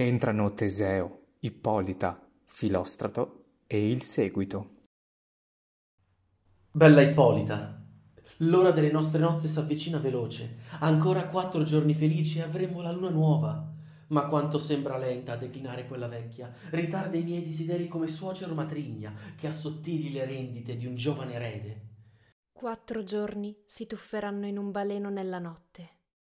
Entrano Teseo, Ippolita, Filostrato e il seguito. Bella Ippolita, l'ora delle nostre nozze s'avvicina veloce. Ancora 4 giorni felici e avremo la luna nuova. Ma quanto sembra lenta a declinare quella vecchia. Ritarda i miei desideri come suocero matrigna che assottigli le rendite di un giovane erede. 4 giorni si tufferanno in un baleno nella notte.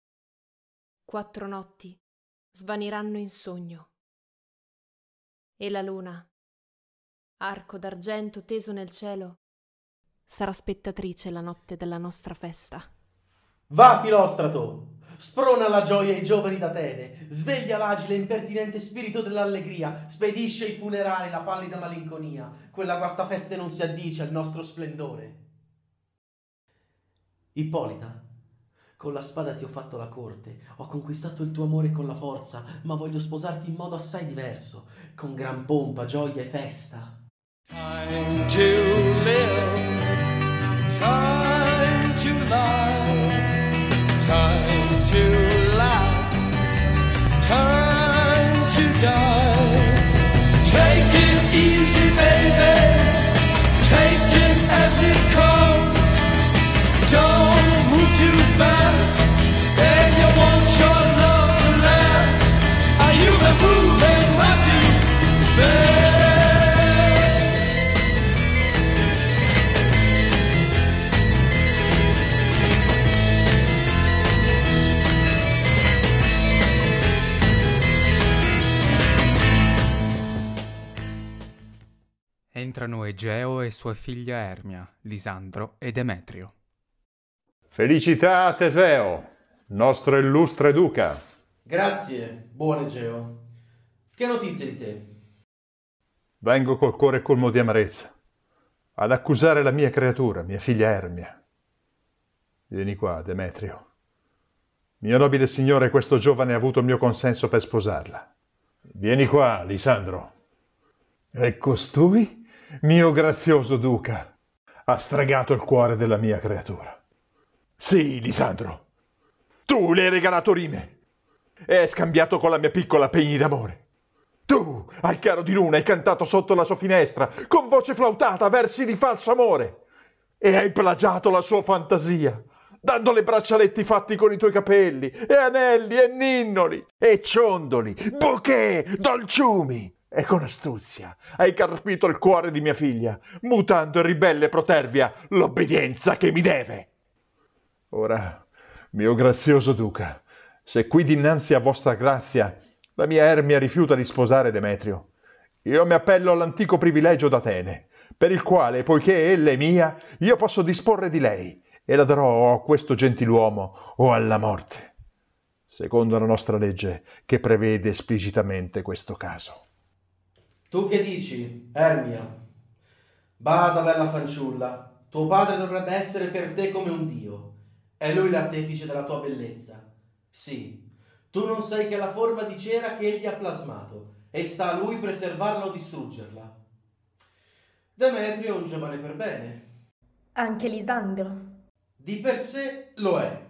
4 notti svaniranno in sogno. E la luna, arco d'argento teso nel cielo, sarà spettatrice la notte della nostra festa. Va, Filostrato! Sprona la gioia ai giovani d'Atene, sveglia l'agile e impertinente spirito dell'allegria, spedisce ai funerali la pallida malinconia, quella guastafeste non si addice al nostro splendore. Ippolita, con la spada ti ho fatto la corte, ho conquistato il tuo amore con la forza, ma voglio sposarti in modo assai diverso, con gran pompa, gioia e festa. Time to live, time to lie, time to laugh, time to die. Take it easy, baby, take it as it comes. Don't move too fast, and you want your love to last. Are you a moving massive, baby? Entrano Egeo e sua figlia Ermia, Lisandro e Demetrio. Felicità a Teseo, nostro illustre duca. Grazie, buon Egeo. Che notizie di te? Vengo col cuore colmo di amarezza ad accusare la mia creatura, mia figlia Ermia. Vieni qua, Demetrio. Mio nobile signore, questo giovane ha avuto il mio consenso per sposarla. Vieni qua, Lisandro. E costui, mio grazioso duca, ha stregato il cuore della mia creatura. Sì, Lisandro, tu le hai regalato rime e hai scambiato con la mia piccola pegni d'amore. Tu, al chiaro di luna, hai cantato sotto la sua finestra, con voce flautata, versi di falso amore, e hai plagiato la sua fantasia, dandole braccialetti fatti con i tuoi capelli, e anelli, e ninnoli, e ciondoli, bouquet, dolciumi. E con astuzia hai carpito il cuore di mia figlia, mutando in ribelle protervia l'obbedienza che mi deve. Ora, mio grazioso duca, se qui dinanzi a vostra grazia la mia Ermia rifiuta di sposare Demetrio, io mi appello all'antico privilegio d'Atene, per il quale, poiché ella è mia, io posso disporre di lei e la darò o a questo gentiluomo o alla morte, secondo la nostra legge che prevede esplicitamente questo caso. Tu che dici, Ermia? Bada, bella fanciulla, tuo padre dovrebbe essere per te come un dio. È lui l'artefice della tua bellezza. Sì, tu non sai che è la forma di cera che egli ha plasmato, e sta a lui preservarla o distruggerla. Demetrio è un giovane per bene. Anche Lisandro. Di per sé lo è.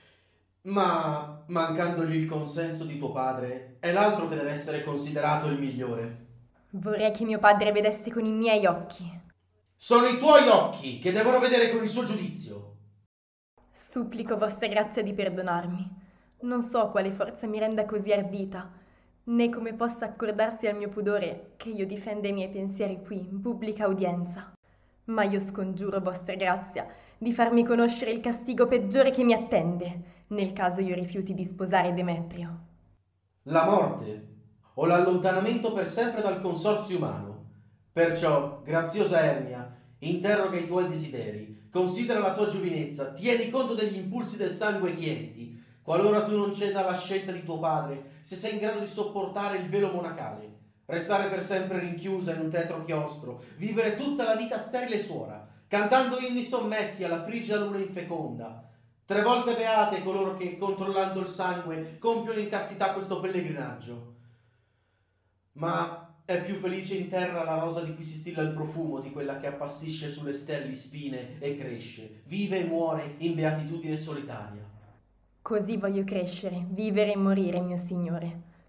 Ma, mancandogli il consenso di tuo padre, è l'altro che deve essere considerato il migliore. Vorrei che mio padre vedesse con i miei occhi. Sono i tuoi occhi che devono vedere con il suo giudizio. Supplico vostra grazia di perdonarmi. Non so quale forza mi renda così ardita, né come possa accordarsi al mio pudore che io difenda i miei pensieri qui, in pubblica udienza. Ma io scongiuro vostra grazia di farmi conoscere il castigo peggiore che mi attende, nel caso io rifiuti di sposare Demetrio. La morte o l'allontanamento per sempre dal consorzio umano. Perciò, graziosa Ermia, interroga i tuoi desideri, considera la tua giovinezza, tieni conto degli impulsi del sangue e chiediti, qualora tu non ceda alla scelta di tuo padre, se sei in grado di sopportare il velo monacale, restare per sempre rinchiusa in un tetro chiostro, vivere tutta la vita sterile suora, cantando inni sommessi alla frigida luna infeconda. 3 volte beate coloro che, controllando il sangue, compiono in castità questo pellegrinaggio. Ma è più felice in terra la rosa di cui si stilla il profumo di quella che appassisce sulle sterili spine e cresce, vive e muore in beatitudine solitaria. Così voglio crescere, vivere e morire, mio Signore.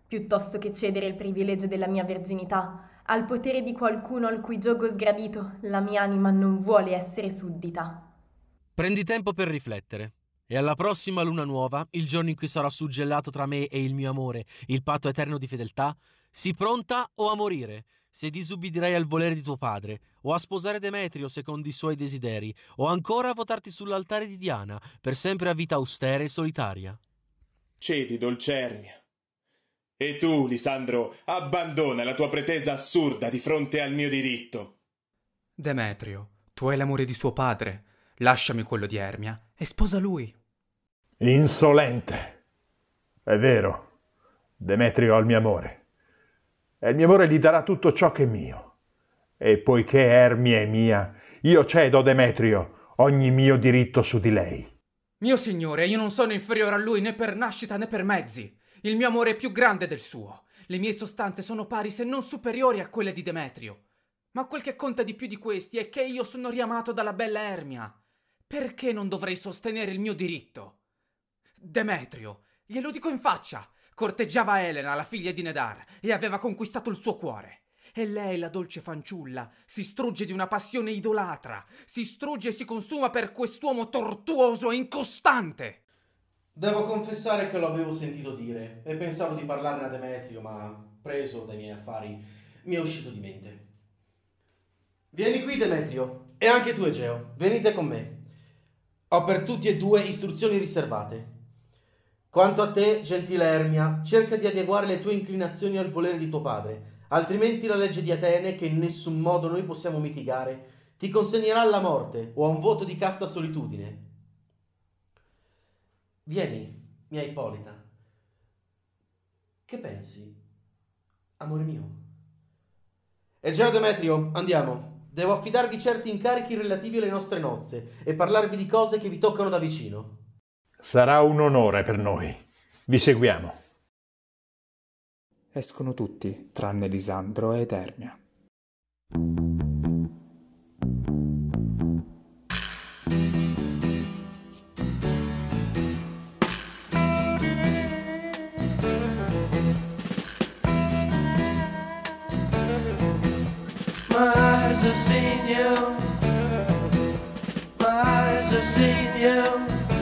piuttosto che cedere il privilegio della mia verginità al potere di qualcuno al cui giogo sgradito la mia anima non vuole essere suddita. Prendi tempo per riflettere. E alla prossima luna nuova, il giorno in cui sarà suggellato tra me e il mio amore il patto eterno di fedeltà, sii pronta o a morire, se disubbidirai al volere di tuo padre, o a sposare Demetrio secondo i suoi desideri, o ancora a votarti sull'altare di Diana, per sempre a vita austera e solitaria. Cedi, dolce Ermia. E tu, Lisandro, abbandona la tua pretesa assurda di fronte al mio diritto. Demetrio, tu hai l'amore di suo padre. Lasciami quello di Ermia e sposa lui. Insolente. È vero, Demetrio ha il mio amore. E il mio amore gli darà tutto ciò che è mio. E poiché Ermia è mia, io cedo a Demetrio ogni mio diritto su di lei. Mio signore, io non sono inferiore a lui né per nascita né per mezzi. Il mio amore è più grande del suo. Le mie sostanze sono pari se non superiori a quelle di Demetrio. Ma quel che conta di più di questi è che io sono riamato dalla bella Ermia. Perché non dovrei sostenere il mio diritto? Demetrio, glielo dico in faccia, corteggiava Elena, la figlia di Nedar, e aveva conquistato il suo cuore. E lei, la dolce fanciulla, si strugge di una passione idolatra, si strugge e si consuma per quest'uomo tortuoso e incostante. Devo confessare che lo avevo sentito dire e pensavo di parlarne a Demetrio, ma preso dai miei affari mi è uscito di mente. Vieni qui, Demetrio, e anche tu, Egeo, venite con me. Ho per tutti e due istruzioni riservate. Quanto a te, gentile Ermia, cerca di adeguare le tue inclinazioni al volere di tuo padre, altrimenti la legge di Atene, che in nessun modo noi possiamo mitigare, ti consegnerà alla morte o a un voto di casta solitudine. Vieni, mia Ippolita. Che pensi, amore mio? Egeo, Demetrio, andiamo. Devo affidarvi certi incarichi relativi alle nostre nozze e parlarvi di cose che vi toccano da vicino. Sarà un onore per noi. Vi seguiamo. Escono tutti, tranne Lisandro ed Ermia. My eyes have seen you. My eyes have seen you.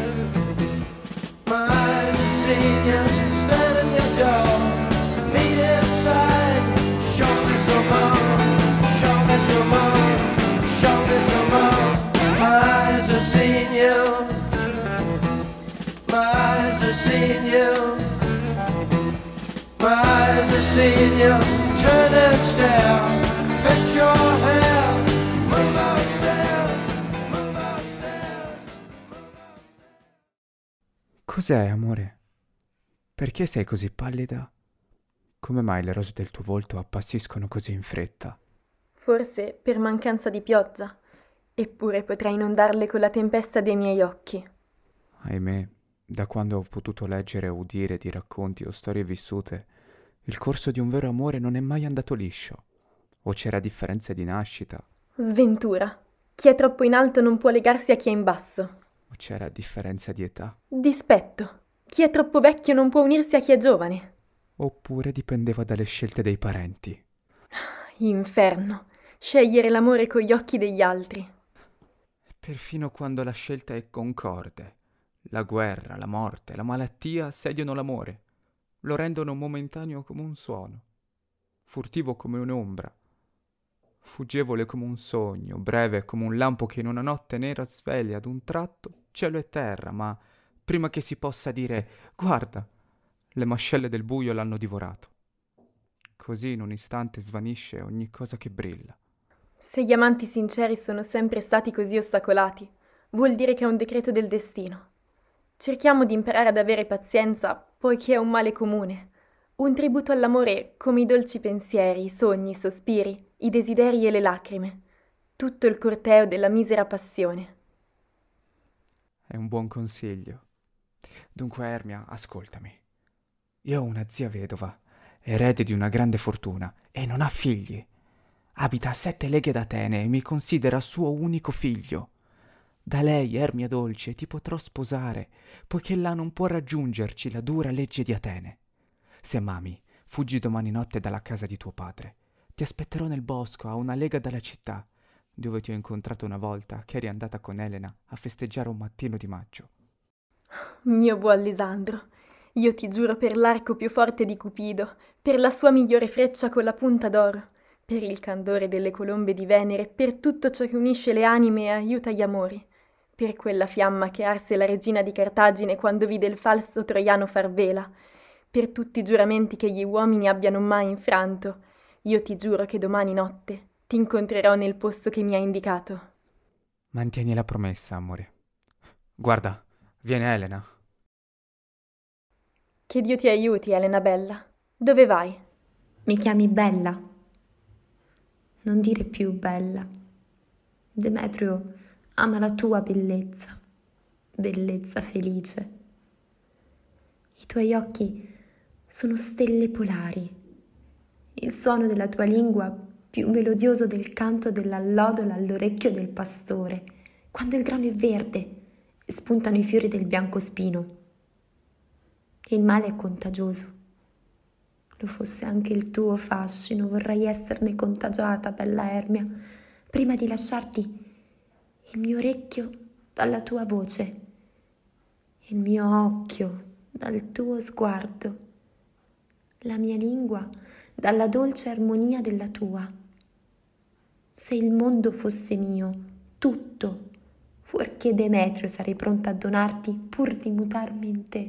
My eyes have seen you. Stand in your door. Meet inside. Show me some more. Show me some more. Show me some more. My eyes have seen you. My eyes have seen you. My eyes have seen you. Turn and stare. Fetch your hair, move upstairs, move upstairs, move upstairs. Cos'è, amore? Perché sei così pallida? Come mai le rose del tuo volto appassiscono così in fretta? Forse per mancanza di pioggia, eppure potrei inondarle con la tempesta dei miei occhi. Ahimè, da quando ho potuto leggere o udire di racconti o storie vissute, il corso di un vero amore non è mai andato liscio. O c'era differenza di nascita, Sventura. Chi è troppo in alto non può legarsi a chi è in basso. o c'era differenza di età, Dispetto. Chi è troppo vecchio non può unirsi a chi è giovane. oppure dipendeva dalle scelte dei parenti. Inferno. Scegliere l'amore con gli occhi degli altri. Perfino quando la scelta è concorde, la guerra, la morte, la malattia assediano l'amore, lo rendono momentaneo come un suono, furtivo come un'ombra, fuggevole come un sogno, breve come un lampo che in una notte nera sveglia ad un tratto cielo e terra, ma prima che si possa dire «Guarda, le mascelle del buio l'hanno divorato». Così in un istante svanisce ogni cosa che brilla. Se gli amanti sinceri sono sempre stati così ostacolati, vuol dire che è un decreto del destino. Cerchiamo di imparare ad avere pazienza, poiché è un male comune. Un tributo all'amore come i dolci pensieri, i sogni, i sospiri, i desideri e le lacrime. Tutto il corteo della misera passione. È un buon consiglio. Dunque, Ermia, ascoltami. Io ho una zia vedova, erede di una grande fortuna, e non ha figli. Abita a 7 leghe da Atene e mi considera suo unico figlio. Da lei, Ermia dolce, ti potrò sposare, poiché là non può raggiungerci la dura legge di Atene. Se m'ami, Fuggi domani notte dalla casa di tuo padre. Ti aspetterò nel bosco, a una lega dalla città, dove ti ho incontrato una volta che eri andata con Elena a festeggiare un mattino di maggio. Mio buon Lisandro, io ti giuro per l'arco più forte di Cupido, per la sua migliore freccia con la punta d'oro, per il candore delle colombe di Venere, per tutto ciò che unisce le anime e aiuta gli amori, per quella fiamma che arse la regina di Cartagine quando vide il falso troiano far vela, per tutti i giuramenti che gli uomini abbiano mai infranto, io ti giuro che domani notte ti incontrerò nel posto che mi hai indicato. Mantieni la promessa, amore. Guarda, viene Elena. Che Dio ti aiuti, Elena bella. Dove vai? Mi chiami Bella? Non dire più bella. Demetrio ama la tua bellezza, bellezza felice. I tuoi occhi sono stelle polari. Il suono della tua lingua più melodioso del canto dell'allodola all'orecchio del pastore, quando il grano è verde e spuntano i fiori del biancospino. Il male è contagioso. Lo fosse anche il tuo fascino, vorrei esserne contagiata, bella Ermia, prima di lasciarti il mio orecchio dalla tua voce, il mio occhio dal tuo sguardo, la mia lingua dalla dolce armonia della tua. Se il mondo fosse mio, tutto, fuorché Demetrio, sarei pronta a donarti pur di mutarmi in te.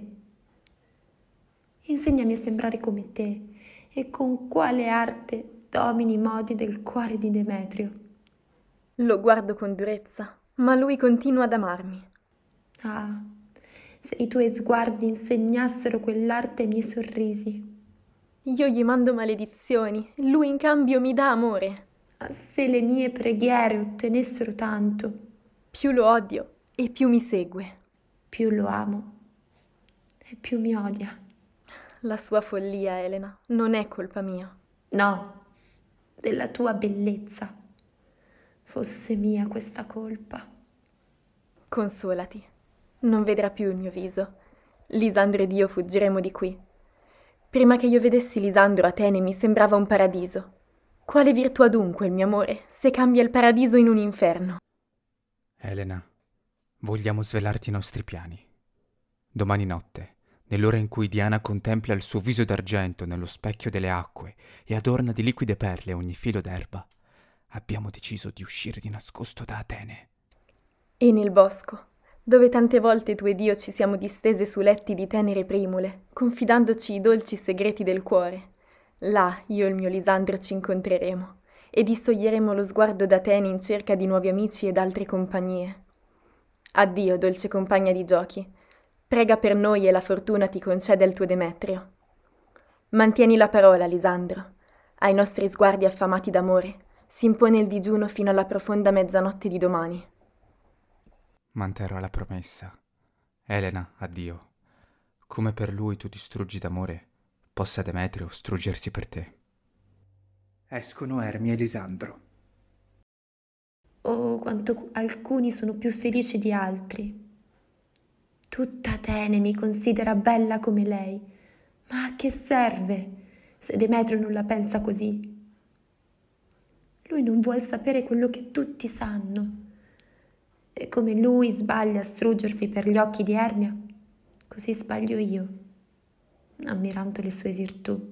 Insegnami a sembrare come te e con quale arte domini i modi del cuore di Demetrio. Lo guardo con durezza, ma lui continua ad amarmi. Ah, se i tuoi sguardi insegnassero quell'arte ai miei sorrisi. Io gli mando maledizioni, lui in cambio mi dà amore. Ah, se le mie preghiere ottenessero tanto. Più lo odio e più mi segue. Più lo amo e più mi odia. La sua follia, Elena, non è colpa mia. No, della tua bellezza. Fosse mia questa colpa. Consolati, non vedrà più il mio viso. Lisandro ed io fuggiremo di qui. Prima che io vedessi Lisandro, Atene mi sembrava un paradiso. Quale virtù ha dunque il mio amore se cambia il paradiso in un inferno? Elena, vogliamo svelarti i nostri piani. Domani notte, nell'ora in cui Diana contempla il suo viso d'argento nello specchio delle acque e adorna di liquide perle ogni filo d'erba, abbiamo deciso di uscire di nascosto da Atene. E nel bosco, dove tante volte tu ed io ci siamo distese su letti di tenere primule, confidandoci i dolci segreti del cuore, là io e il mio Lisandro ci incontreremo e distoglieremo lo sguardo d'Atene in cerca di nuovi amici ed altre compagnie. Addio, dolce compagna di giochi. Prega per noi e la fortuna ti conceda il tuo Demetrio. Mantieni la parola, Lisandro. Ai nostri sguardi affamati d'amore si impone il digiuno fino alla profonda mezzanotte di domani. Manterrò la promessa. Elena, addio. Come per lui tu distruggi d'amore, possa Demetrio struggersi per te. Escono Ermia e Lisandro. Oh, quanto alcuni sono più felici di altri. Tutta Atene mi considera bella come lei, ma a che serve se Demetrio non la pensa così? Lui non vuol sapere quello che tutti sanno. E come lui sbaglia a struggersi per gli occhi di Ermia, così sbaglio io, ammirando le sue virtù.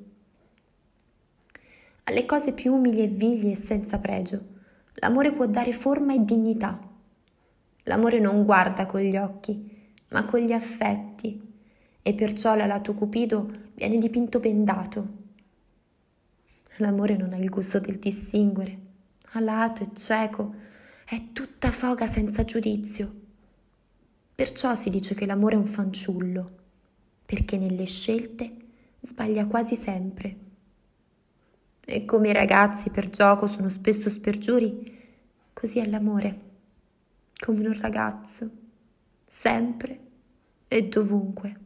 Alle cose più umili e vili e senza pregio, l'amore può dare forma e dignità. L'amore non guarda con gli occhi, ma con gli affetti, e perciò l'alato Cupido viene dipinto bendato. L'amore non ha il gusto del distinguere, alato e cieco, è tutta foga senza giudizio. Perciò si dice che l'amore è un fanciullo, perché nelle scelte sbaglia quasi sempre. E come i ragazzi per gioco sono spesso spergiuri, così è l'amore, come un ragazzo, sempre e dovunque.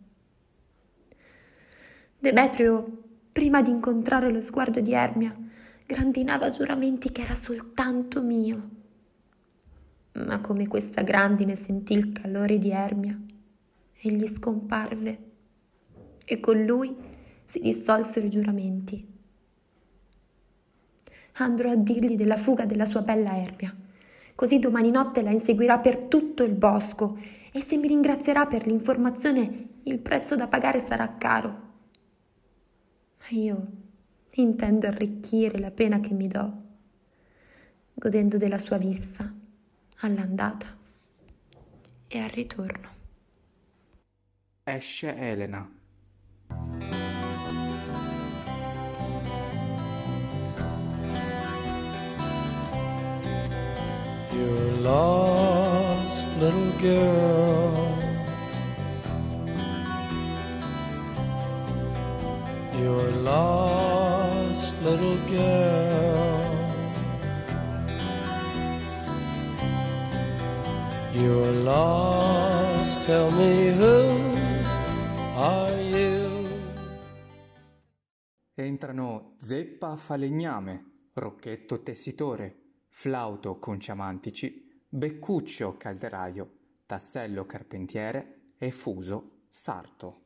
Demetrio, prima di incontrare lo sguardo di Ermia, grandinava giuramenti che era soltanto mio. Ma come questa grandine sentì il calore di Ermia, egli scomparve e con lui si dissolsero i giuramenti. Andrò a dirgli della fuga della sua bella Ermia, così domani notte la inseguirà per tutto il bosco e se mi ringrazierà per l'informazione il prezzo da pagare sarà caro. Ma io intendo arricchire la pena che mi do, godendo della sua vista all'andata e al ritorno. Esce Elena. You're lost, little girl. You're lost, little girl. You're lost, tell me who are you? Entrano Zeppa falegname, Rocchetto tessitore, Flauto conciamantici, Beccuccio calderaio, Tassello carpentiere e Fuso sarto.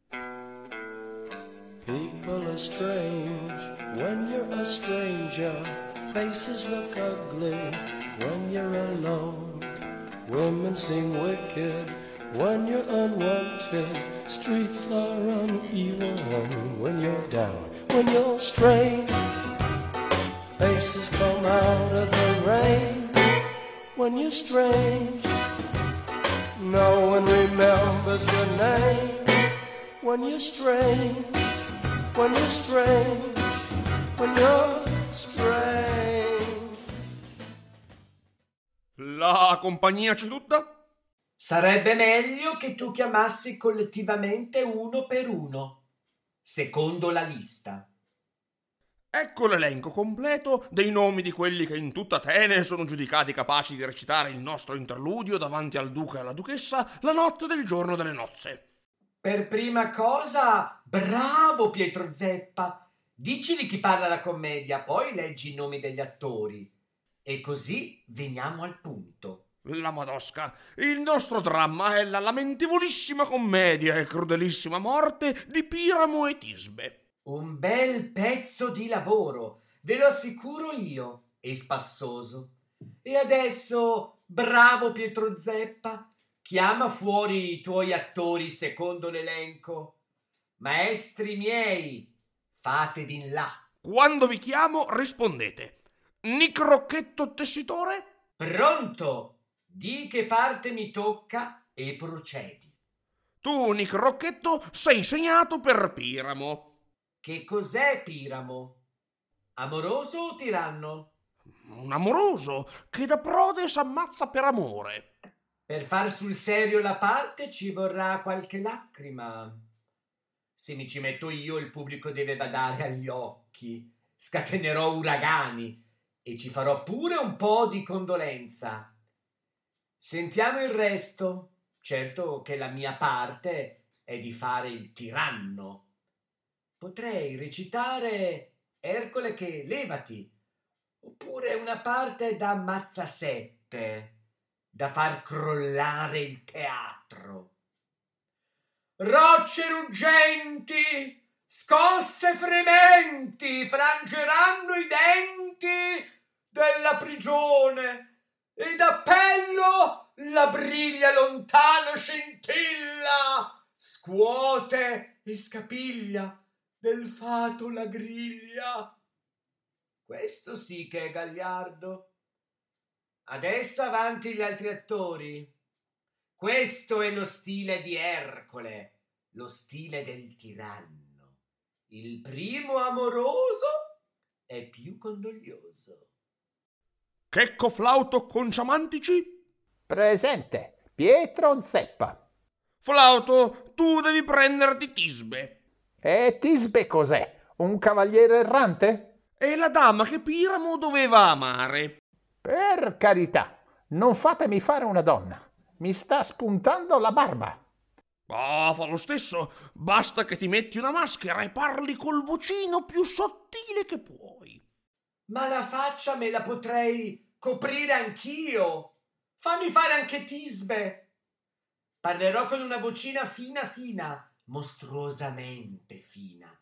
People are strange when you're a stranger. Faces look ugly when you're alone. Women seem wicked when you're unwanted. Streets are uneven when you're down. When you're strange, faces come out of the rain. When you're strange, no one remembers your name. When you're strange, when you're strange, when you're strange. La compagnia c'è tutta? Sarebbe meglio che tu chiamassi collettivamente uno per uno, secondo la lista. Ecco l'elenco completo dei nomi di quelli che in tutta Atene sono giudicati capaci di recitare il nostro interludio davanti al duca e alla duchessa la notte del giorno delle nozze. Per prima cosa, bravo Pietro Zeppa. Dici di chi parla la commedia, poi leggi i nomi degli attori. E così veniamo al punto. La Madosca, il nostro dramma è la lamentavolissima commedia e crudelissima morte di Piramo e Tisbe. Un bel pezzo di lavoro, ve lo assicuro io, e spassoso. E adesso, bravo Pietro Zeppa, chiama fuori i tuoi attori secondo l'elenco. Maestri miei, fatevi in là. Quando vi chiamo rispondete. Nick Rocchetto tessitore? Pronto? Di che parte mi tocca e procedi. Tu, Nick Rocchetto, sei segnato per Piramo. Che cos'è Piramo? Amoroso o tiranno? Un amoroso che da prode s'ammazza per amore. Per far sul serio la parte ci vorrà qualche lacrima. Se mi ci metto io, il pubblico deve badare agli occhi. Scatenerò uragani e ci farò pure un po' di condolenza. Sentiamo il resto. Certo che la mia parte è di fare il tiranno. Potrei recitare Ercole che levati, oppure una parte da ammazzasette, da far crollare il teatro. Rocce ruggenti, scosse frementi, frangeranno i denti della prigione, ed appello la briglia lontana scintilla, scuote e scapiglia del fato la griglia. Questo sì che è gagliardo. Adesso avanti gli altri attori. Questo è lo stile di Ercole, lo stile del tiranno. Il primo amoroso è più condoglioso. Checco Flauto conciamantici? Presente, Pietro Zeppa. Flauto, tu devi prenderti Tisbe. E Tisbe cos'è? Un cavaliere errante? È la dama che Piramo doveva amare. Per carità, non fatemi fare una donna. Mi sta spuntando la barba. Ah, fa lo stesso. Basta che ti metti una maschera e parli col vocino più sottile che puoi. Ma la faccia me la potrei coprire anch'io. Fammi fare anche Tisbe. Parlerò con una vocina fina fina, mostruosamente fina,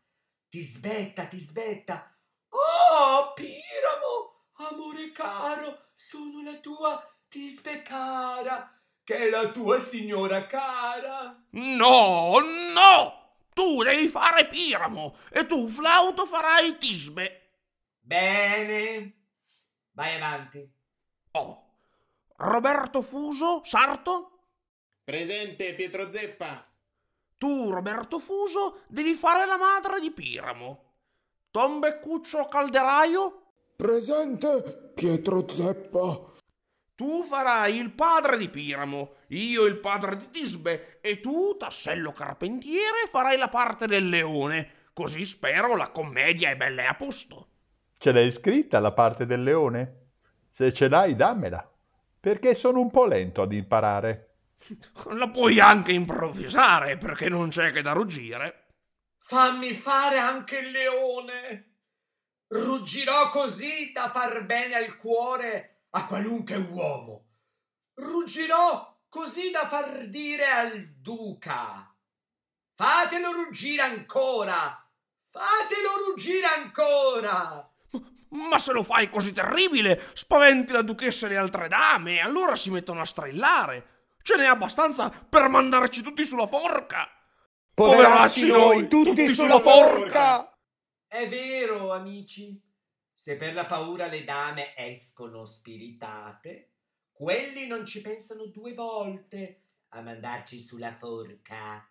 Tisbetta, Tisbetta. Oh, Piramo, amore caro, sono la tua Tisbe cara, che è la tua signora cara. No, no! Tu devi fare Piramo e tu, Flauto, farai Tisbe. Bene, vai avanti. Oh, Roberto Fuso, Sarto? Presente, Pietro Zeppa. Tu, Roberto Fuso, devi fare la madre di Piramo. Tom Beccuccio Calderaio? Presente, Pietro Zeppa. Tu farai il padre di Piramo, io il padre di Tisbe e tu, Tassello Carpentiere, farai la parte del leone. Così spero la commedia è bella e a posto. Ce l'hai scritta la parte del leone? Se ce l'hai, dammela, perché sono un po' lento ad imparare. La puoi anche improvvisare, perché non c'è che da ruggire. Fammi fare anche il leone. Ruggirò così da far bene al cuore a qualunque uomo. Ruggirò così da far dire al duca: fatelo ruggire ancora, fatelo ruggire ancora. Ma se lo fai così terribile, spaventi la duchessa e le altre dame, e allora si mettono a strillare. Ce n'è abbastanza per mandarci tutti sulla forca. Poveracci noi, tutti sulla forca. È vero, amici. Se per la paura le dame escono spiritate, quelli non ci pensano 2 volte a mandarci sulla forca.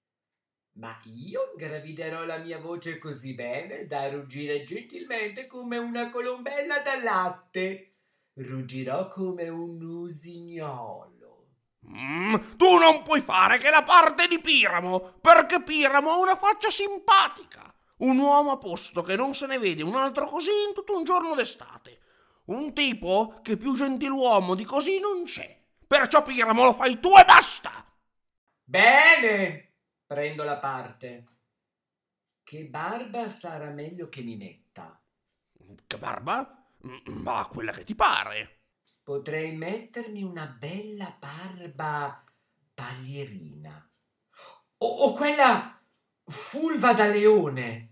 Ma io ingraviderò la mia voce così bene da ruggire gentilmente come una colombella da latte. Ruggirò come un usignolo. Tu non puoi fare che la parte di Piramo, perché Piramo ha una faccia simpatica. Un uomo a posto che non se ne vede un altro così in tutto un giorno d'estate. Un tipo che più gentiluomo di così non c'è. Perciò Piramo lo fai tu e basta. Bene, prendo la parte. Che barba sarà meglio che mi metta? Che barba? Ma quella che ti pare. Potrei mettermi una bella barba paglierina. O quella fulva da leone.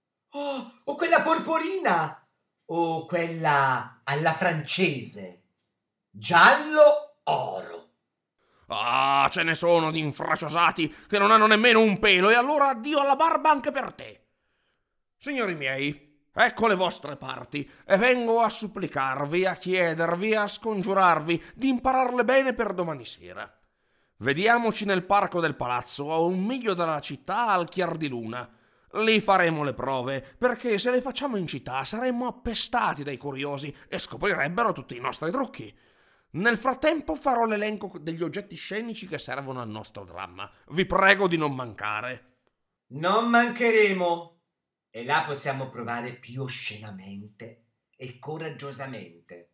O quella porporina. O quella alla francese. Giallo oro. Ah, ce ne sono di infraciosati che non hanno nemmeno un pelo, e allora addio alla barba anche per te. Signori miei, ecco le vostre parti, e vengo a supplicarvi, a chiedervi, a scongiurarvi di impararle bene per domani sera. Vediamoci nel parco del palazzo, a 1 miglio dalla città, al chiar di luna. Lì faremo le prove, perché se le facciamo in città saremmo appestati dai curiosi e scoprirebbero tutti i nostri trucchi. Nel frattempo farò l'elenco degli oggetti scenici che servono al nostro dramma. Vi prego di non mancare. Non mancheremo. E là possiamo provare più oscenamente e coraggiosamente.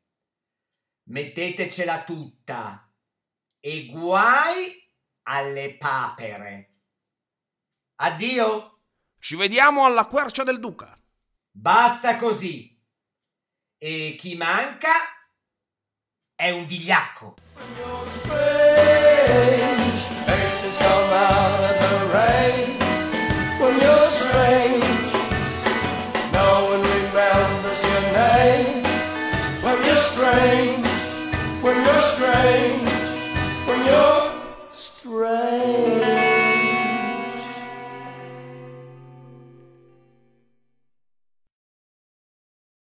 Mettetecela tutta e guai alle papere. Addio. Ci vediamo alla quercia del duca. Basta così. E chi manca è un vigliacco. Faces come out of the rain. When you're strange, no one remembers your name. When you're strange, when you're strange.